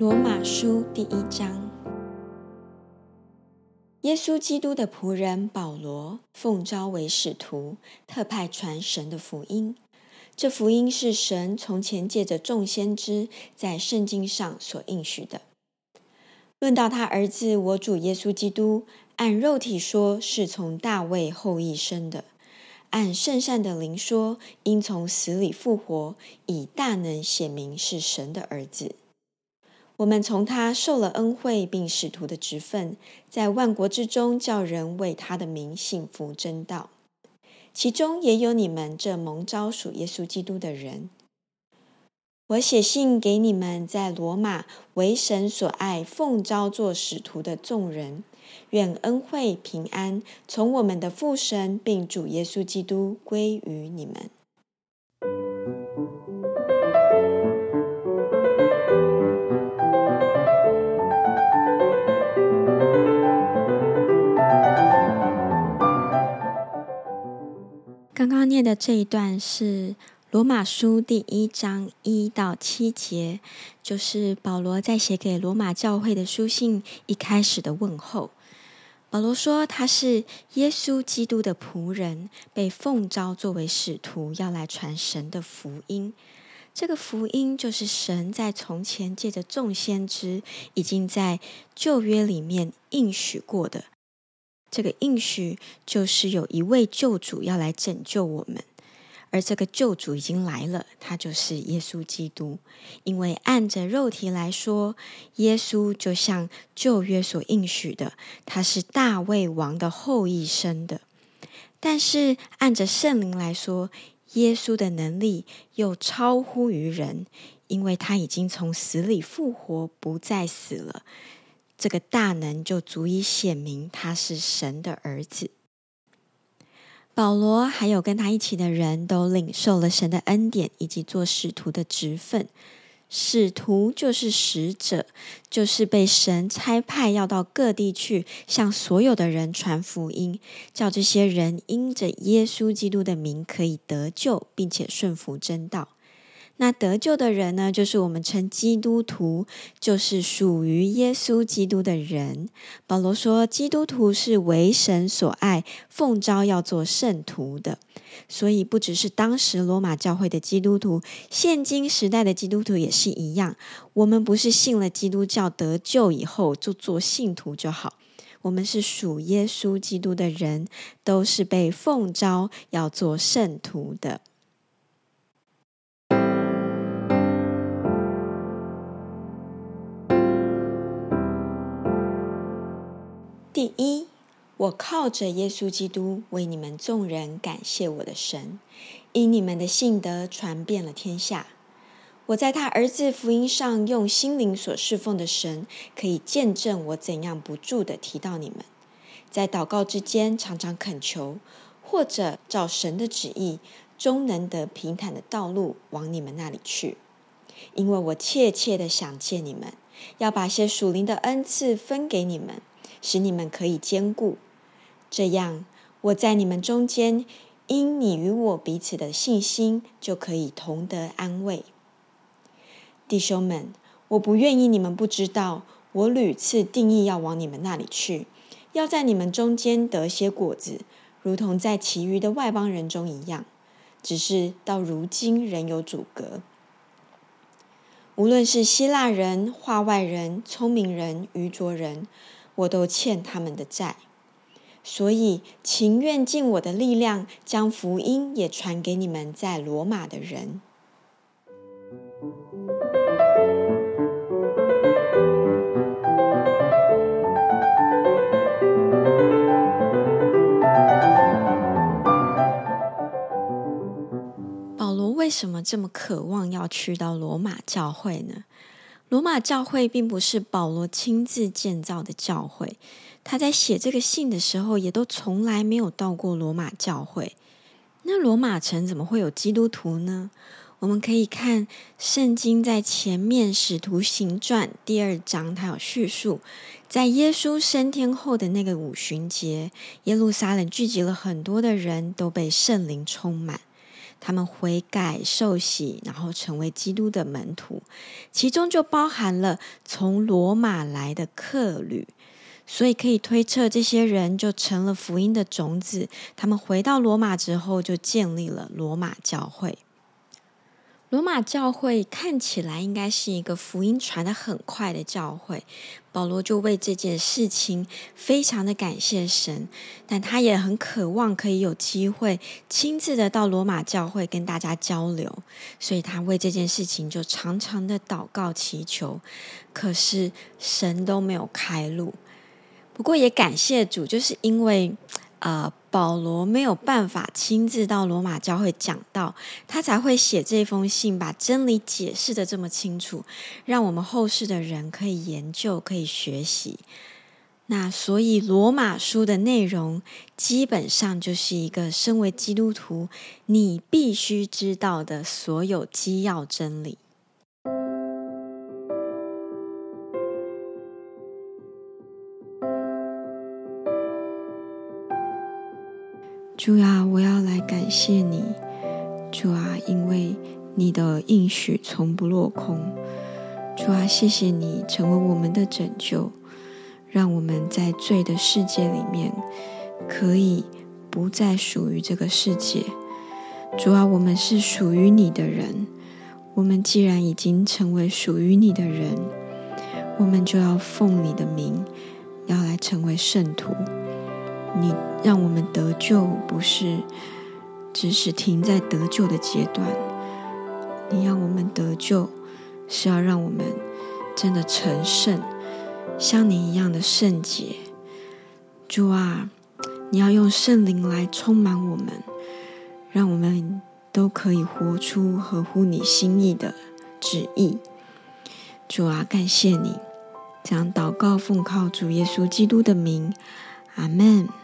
罗马书第1章。耶稣基督的仆人保罗，奉召为使徒，特派传神的福音。这福音是神从前借着众先知在圣经上所应许的。论到他儿子我主耶稣基督，按肉体说是从大卫后裔生的，按圣善的灵说，因从死里复活，以大能显明是神的儿子。我们从他受了恩惠，并使徒的职分，在万国之中叫人为他的名信服真道，其中也有你们这蒙召属耶稣基督的人。我写信给你们在罗马为神所爱，奉召做使徒的众人，愿恩惠平安从我们的父神并主耶稣基督归于你们。刚刚念的这一段是罗马书第1章1到7节，就是保罗在写给罗马教会的书信一开始的问候。保罗说他是耶稣基督的仆人，被奉召作为使徒，要来传神的福音。这个福音就是神在从前借着众先知已经在旧约里面应许过的。这个应许就是有一位救主要来拯救我们，而这个救主已经来了，他就是耶稣基督。因为按着肉体来说，耶稣就像旧约所应许的，他是大卫王的后裔生的。但是按着圣灵来说，耶稣的能力又超乎于人，因为他已经从死里复活，不再死了。这个大能就足以显明他是神的儿子。保罗还有跟他一起的人都领受了神的恩典，以及做使徒的职分。使徒就是使者，就是被神差派要到各地去，向所有的人传福音，叫这些人因着耶稣基督的名可以得救，并且顺服真道。那得救的人呢，就是我们称基督徒，就是属于耶稣基督的人。保罗说，基督徒是为神所爱，奉召要做圣徒的。所以不只是当时罗马教会的基督徒，现今时代的基督徒也是一样。我们不是信了基督教得救以后就做信徒就好，我们是属耶稣基督的人，都是被奉召要做圣徒的。第一，我靠着耶稣基督为你们众人感谢我的神，因你们的信德传遍了天下。我在他儿子福音上用心灵所侍奉的神，可以见证我怎样不住地提到你们，在祷告之间常常恳求，或者照神的旨意，终能得平坦的道路往你们那里去。因为我切切地想见你们，要把些属灵的恩赐分给你们，使你们可以坚固。这样，我在你们中间，因你与我彼此的信心，就可以同得安慰。弟兄们，我不愿意你们不知道，我屡次定义要往你们那里去，要在你们中间得些果子，如同在其余的外邦人中一样，只是到如今仍有阻隔。无论是希腊人、化外人、聪明人、愚拙人，我都欠他们的债，所以情愿尽我的力量，将福音也传给你们在罗马的人。保罗为什么这么渴望要去到罗马教会呢？罗马教会并不是保罗亲自建造的教会，他在写这个信的时候也都从来没有到过罗马教会。那罗马城怎么会有基督徒呢？我们可以看圣经在前面使徒行传第2章，它有叙述，在耶稣升天后的那个五旬节，耶路撒冷聚集了很多的人，都被圣灵充满。 他们悔改受洗，然后成为基督的门徒，其中就包含了从罗马来的客旅，所以可以推测这些人就成了福音的种子，他们回到罗马之后就建立了罗马教会。罗马教会看起来应该是一个福音传得很快的教会，保罗就为这件事情非常的感谢神，但他也很渴望可以有机会亲自的到罗马教会跟大家交流，所以他为这件事情就常常的祷告祈求，可是神都没有开路。不过也感谢主，就是因为保罗没有办法亲自到罗马教会讲道，他才会写这封信，把真理解释得这么清楚，让我们后世的人可以研究，可以学习。那所以罗马书的内容基本上就是一个身为基督徒你必须知道的所有基要真理。主啊，我要来感谢你，主啊，因为你的应许从不落空。主啊，谢谢你成为我们的拯救，让我们在罪的世界里面可以不再属于这个世界。主啊，我们是属于你的人，我们既然已经成为属于你的人，我们就要奉你的名，要来成为圣徒。你让我们得救，不是只是停在得救的阶段，你让我们得救，是要让我们真的成圣，像你一样的圣洁。主啊，你要用圣灵来充满我们，让我们都可以活出合乎你心意的旨意。主啊，感谢你，这样祷告奉靠主耶稣基督的名，阿们。